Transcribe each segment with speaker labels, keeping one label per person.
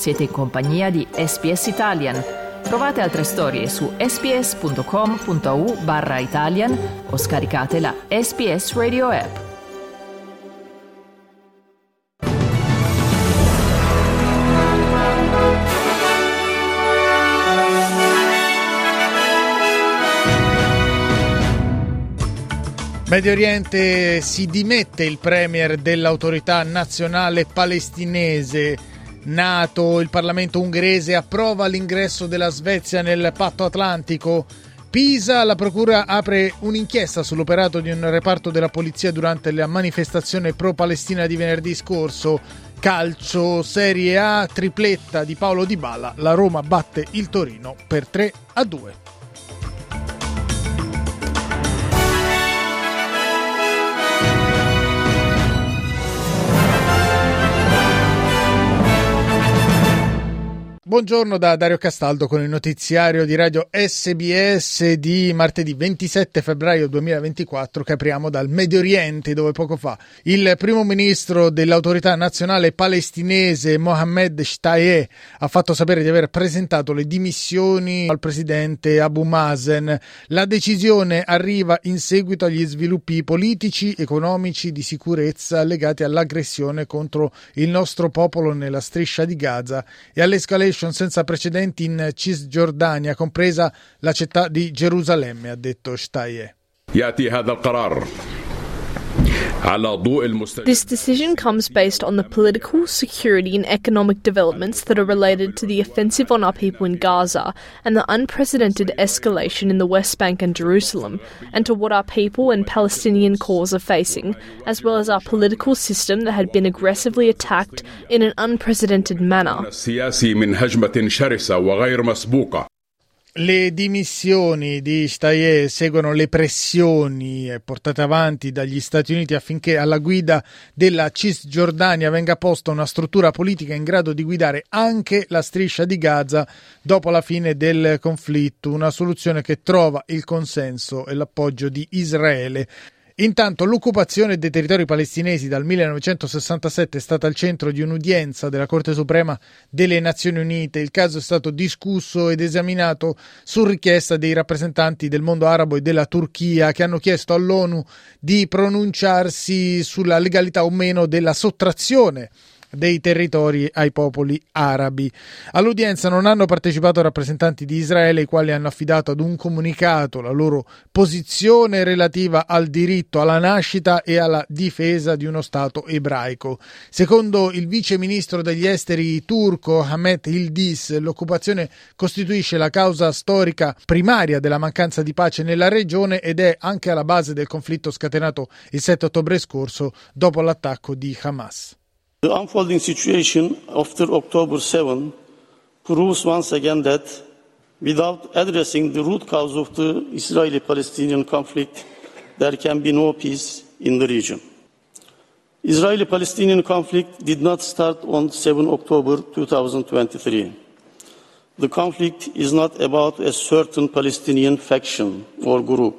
Speaker 1: Siete in compagnia di SBS Italian. Trovate altre storie su sbs.com.au/Italian o scaricate la SBS Radio app.
Speaker 2: Medio Oriente, si dimette il premier dell'autorità nazionale palestinese. NATO, il Parlamento ungherese approva l'ingresso della Svezia nel Patto Atlantico. Pisa, la procura apre un'inchiesta sull'operato di un reparto della polizia durante la manifestazione pro-Palestina di venerdì scorso. Calcio, Serie A, tripletta di Paulo Dybala, la Roma batte il Torino per 3-2. Buongiorno da Dario Castaldo con il notiziario di Radio SBS di martedì 27 febbraio 2024 che apriamo dal Medio Oriente, dove poco fa il primo ministro dell'autorità nazionale palestinese Mohammed Shtayyeh ha fatto sapere di aver presentato le dimissioni al presidente Abu Mazen. La decisione arriva in seguito agli sviluppi politici, economici, di sicurezza legati all'aggressione contro il nostro popolo nella striscia di Gaza e all'escalation senza precedenti in Cisgiordania, compresa la città di Gerusalemme, ha detto Shtayyeh.
Speaker 3: This decision comes based on the political, security and economic developments that are related to the offensive on our people in Gaza and the unprecedented escalation in the West Bank and Jerusalem, and to what our people and Palestinian cause are facing, as well as our political system that had been aggressively attacked in an unprecedented manner.
Speaker 2: Le dimissioni di Shtayyeh seguono le pressioni portate avanti dagli Stati Uniti affinché alla guida della Cisgiordania venga posta una struttura politica in grado di guidare anche la striscia di Gaza dopo la fine del conflitto, una soluzione che trova il consenso e l'appoggio di Israele. Intanto l'occupazione dei territori palestinesi dal 1967 è stata al centro di un'udienza della Corte Suprema delle Nazioni Unite. Il caso è stato discusso ed esaminato su richiesta dei rappresentanti del mondo arabo e della Turchia, che hanno chiesto all'ONU di pronunciarsi sulla legalità o meno della sottrazione dei territori ai popoli arabi. All'udienza non hanno partecipato rappresentanti di Israele, i quali hanno affidato ad un comunicato la loro posizione relativa al diritto alla nascita e alla difesa di uno Stato ebraico. Secondo il vice ministro degli esteri turco Ahmet Yildiz, l'occupazione costituisce la causa storica primaria della mancanza di pace nella regione ed è anche alla base del conflitto scatenato il 7 ottobre scorso dopo l'attacco di Hamas.
Speaker 4: The unfolding situation after October 7 proves once again that without addressing the root cause of the Israeli-Palestinian conflict, there can be no peace in the region. Israeli-Palestinian conflict did not start on 7 October 2023. The conflict is not about a certain Palestinian faction or group.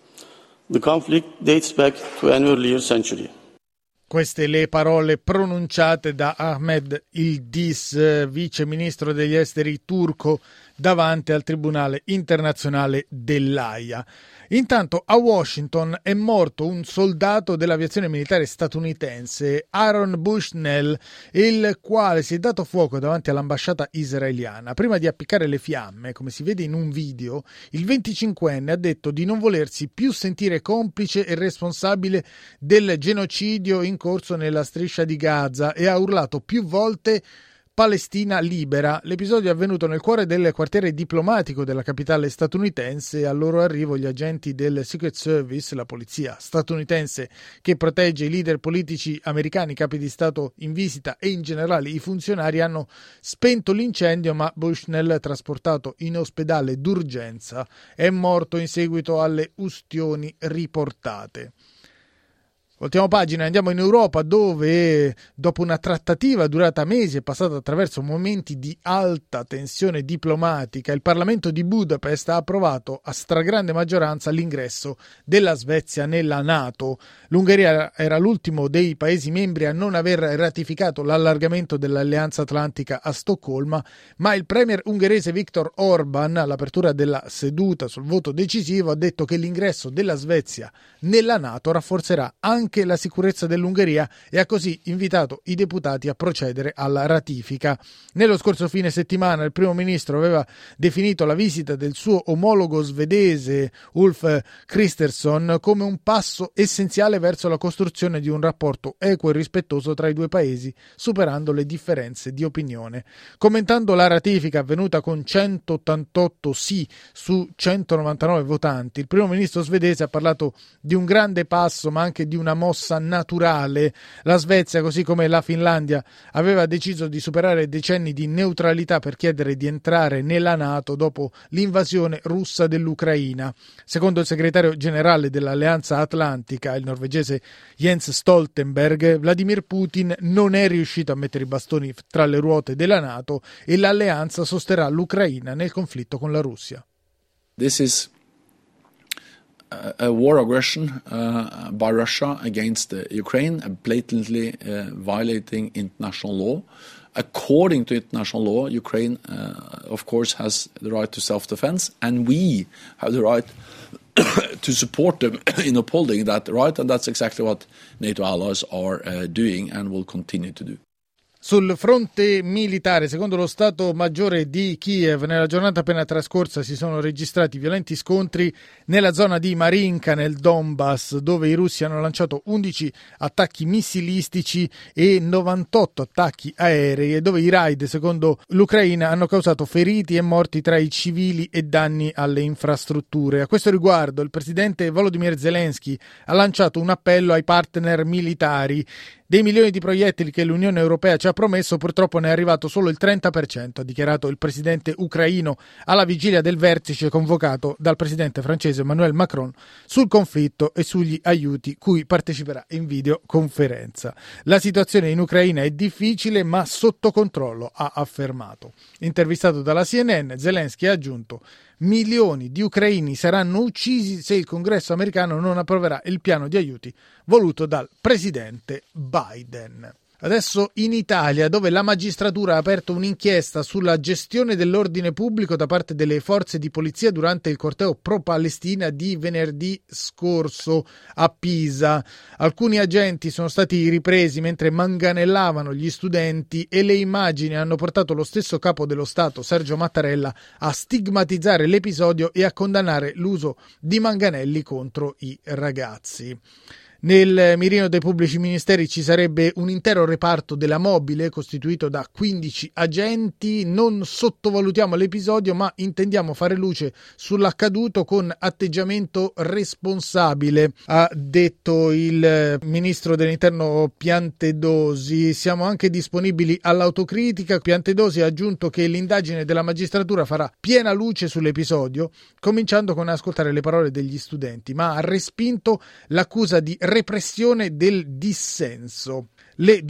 Speaker 4: The conflict dates back to an earlier century.
Speaker 2: Queste le parole pronunciate da Ahmet Yildiz, vice ministro degli esteri turco, davanti al Tribunale internazionale dell'Aia. Intanto a Washington è morto un soldato dell'aviazione militare statunitense, Aaron Bushnell, il quale si è dato fuoco davanti all'ambasciata israeliana. Prima di appiccare le fiamme, come si vede in un video, il 25enne ha detto di non volersi più sentire complice e responsabile del genocidio in corso nella striscia di Gaza e ha urlato più volte Palestina libera. L'episodio è avvenuto nel cuore del quartiere diplomatico della capitale statunitense. Al loro arrivo gli agenti del Secret Service, la polizia statunitense che protegge i leader politici americani, capi di Stato in visita e in generale i funzionari, hanno spento l'incendio, ma Bushnell, trasportato in ospedale d'urgenza, è morto in seguito alle ustioni riportate. Voltiamo pagina, andiamo in Europa, dove dopo una trattativa durata mesi e passata attraverso momenti di alta tensione diplomatica, il Parlamento di Budapest ha approvato a stragrande maggioranza l'ingresso della Svezia nella NATO. L'Ungheria era l'ultimo dei Paesi membri a non aver ratificato l'allargamento dell'Alleanza Atlantica a Stoccolma, ma il premier ungherese Viktor Orban, all'apertura della seduta sul voto decisivo, ha detto che l'ingresso della Svezia nella NATO rafforzerà anche la sicurezza dell'Ungheria e ha così invitato i deputati a procedere alla ratifica. Nello scorso fine settimana il primo ministro aveva definito la visita del suo omologo svedese Ulf Kristersson come un passo essenziale verso la costruzione di un rapporto equo e rispettoso tra i due paesi, superando le differenze di opinione. Commentando la ratifica avvenuta con 188 sì su 199 votanti, il primo ministro svedese ha parlato di un grande passo ma anche di una mossa naturale. La Svezia, così come la Finlandia, aveva deciso di superare decenni di neutralità per chiedere di entrare nella NATO dopo l'invasione russa dell'Ucraina. Secondo il segretario generale dell'Alleanza Atlantica, il norvegese Jens Stoltenberg, Vladimir Putin non è riuscito a mettere i bastoni tra le ruote della NATO e l'alleanza sosterrà l'Ucraina nel conflitto con la Russia.
Speaker 5: This is a war aggression by Russia against Ukraine, blatantly violating international law. According to international law, Ukraine, of course, has the right to self-defense, and we have the right to support them in upholding that right, and that's exactly what NATO allies are doing and will continue to do.
Speaker 2: Sul fronte militare, secondo lo Stato Maggiore di Kiev, nella giornata appena trascorsa si sono registrati violenti scontri nella zona di Marinka, nel Donbass, dove i russi hanno lanciato 11 attacchi missilistici e 98 attacchi aerei, e dove i raid, secondo l'Ucraina, hanno causato feriti e morti tra i civili e danni alle infrastrutture. A questo riguardo, il presidente Volodymyr Zelensky ha lanciato un appello ai partner militari. Dei milioni di proiettili che l'Unione Europea ci ha promesso, purtroppo ne è arrivato solo il 30%, ha dichiarato il presidente ucraino alla vigilia del vertice convocato dal presidente francese Emmanuel Macron sul conflitto e sugli aiuti cui parteciperà in videoconferenza. La situazione in Ucraina è difficile ma sotto controllo, ha affermato. Intervistato dalla CNN, Zelensky ha aggiunto: milioni di ucraini saranno uccisi se il Congresso americano non approverà il piano di aiuti voluto dal presidente Biden. Adesso in Italia, dove la magistratura ha aperto un'inchiesta sulla gestione dell'ordine pubblico da parte delle forze di polizia durante il corteo pro-Palestina di venerdì scorso a Pisa. Alcuni agenti sono stati ripresi mentre manganellavano gli studenti e le immagini hanno portato lo stesso capo dello Stato, Sergio Mattarella, a stigmatizzare l'episodio e a condannare l'uso di manganelli contro i ragazzi. Nel mirino dei pubblici ministeri ci sarebbe un intero reparto della mobile costituito da 15 agenti. Non sottovalutiamo l'episodio, ma intendiamo fare luce sull'accaduto con atteggiamento responsabile, ha detto il ministro dell'interno Piantedosi. Siamo anche disponibili all'autocritica. Piantedosi ha aggiunto che l'indagine della magistratura farà piena luce sull'episodio, cominciando con ascoltare le parole degli studenti, ma ha respinto l'accusa di repressione del dissenso. Le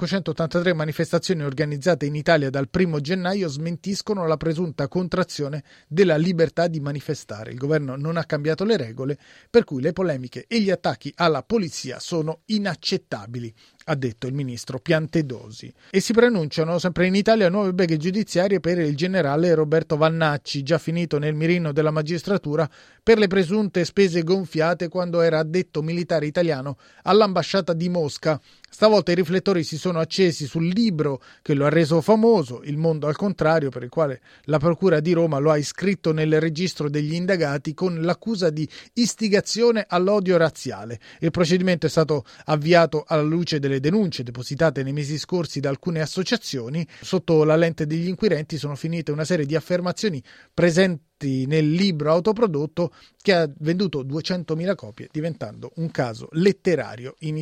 Speaker 2: 2.583 manifestazioni organizzate in Italia dal 1 gennaio smentiscono la presunta contrazione della libertà di manifestare. Il governo non ha cambiato le regole, per cui le polemiche e gli attacchi alla polizia sono inaccettabili, ha detto il ministro Piantedosi. E si preannunciano sempre in Italia nuove beghe giudiziarie per il generale Roberto Vannacci, già finito nel mirino della magistratura per le presunte spese gonfiate quando era addetto militare italiano all'ambasciata di Mosca. Stavolta i riflettori si sono accesi sul libro che lo ha reso famoso, Il mondo al contrario, per il quale la Procura di Roma lo ha iscritto nel registro degli indagati con l'accusa di istigazione all'odio razziale. Il procedimento è stato avviato alla luce delle denunce depositate nei mesi scorsi da alcune associazioni. Sotto la lente degli inquirenti sono finite una serie di affermazioni presenti nel libro autoprodotto che ha venduto 200.000 copie, diventando un caso letterario in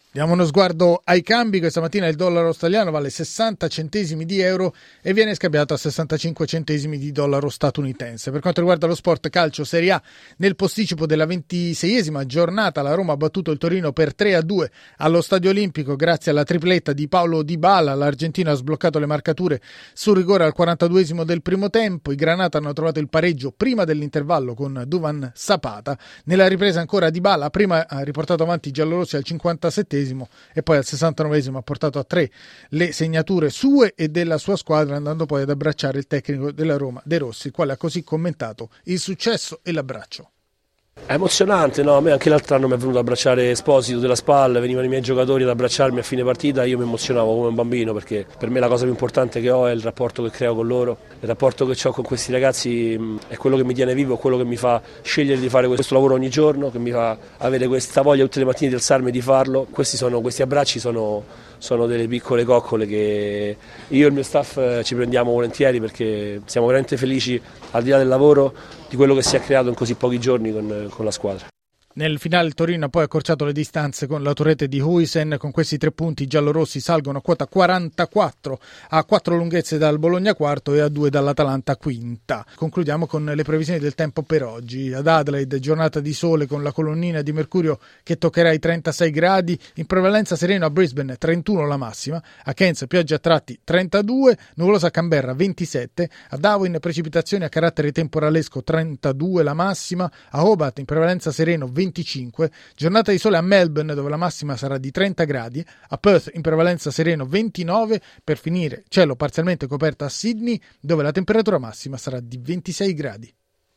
Speaker 2: Diamo uno sguardo ai cambi. Questa mattina il dollaro australiano vale 60 centesimi di euro e viene scambiato a 65 centesimi di dollaro statunitense. Per quanto riguarda lo sport calcio Serie A, nel posticipo della 26esima giornata la Roma ha battuto il Torino per 3-2 allo Stadio Olimpico grazie alla tripletta di Paulo Dybala. L'argentino ha sbloccato le marcature sul rigore al 42esimo del primo tempo. I Granata hanno trovato il pareggio prima dell'intervallo con Duvan Zapata. Nella ripresa ancora Dybala prima ha riportato avanti i giallorossi al 57esimo e poi al 69esimo ha portato a 3 le segnature sue e della sua squadra, andando poi ad abbracciare il tecnico della Roma De Rossi, il quale ha così commentato il successo e l'abbraccio.
Speaker 6: È emozionante, no? A me anche l'altro anno mi è venuto ad abbracciare Esposito della SPAL, venivano i miei giocatori ad abbracciarmi a fine partita, io mi emozionavo come un bambino perché per me la cosa più importante che ho è il rapporto che creo con loro, il rapporto che ho con questi ragazzi è quello che mi tiene vivo, è quello che mi fa scegliere di fare questo lavoro ogni giorno, che mi fa avere questa voglia tutte le mattine di alzarmi e di farlo. Questi abbracci sono delle piccole coccole che io e il mio staff ci prendiamo volentieri perché siamo veramente felici, al di là del lavoro, di quello che si è creato in così pochi giorni con la squadra.
Speaker 2: Nel finale il Torino ha poi accorciato le distanze con l'autorete di Huijsen. Con questi 3 punti i giallorossi salgono a quota 44, a 4 lunghezze dal Bologna quarto e a 2 dall'Atalanta quinta. Concludiamo con le previsioni del tempo per oggi. Ad Adelaide giornata di sole con la colonnina di mercurio che toccherà i 36 gradi, in prevalenza sereno a Brisbane 31 la massima, a Cairns pioggia a tratti 32, nuvolosa a Canberra 27, a Darwin precipitazioni a carattere temporalesco 32 la massima, a Hobart in prevalenza sereno 25, giornata di sole a Melbourne dove la massima sarà di 30 gradi, a Perth in prevalenza sereno 29, per finire cielo parzialmente coperto a Sydney dove la temperatura massima sarà di 26 gradi.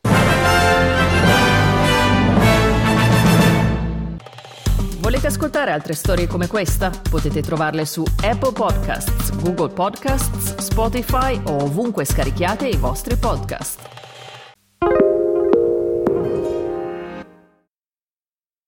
Speaker 1: Volete ascoltare altre storie come questa? Potete trovarle su Apple Podcasts, Google Podcasts, Spotify o ovunque scarichiate i vostri podcast.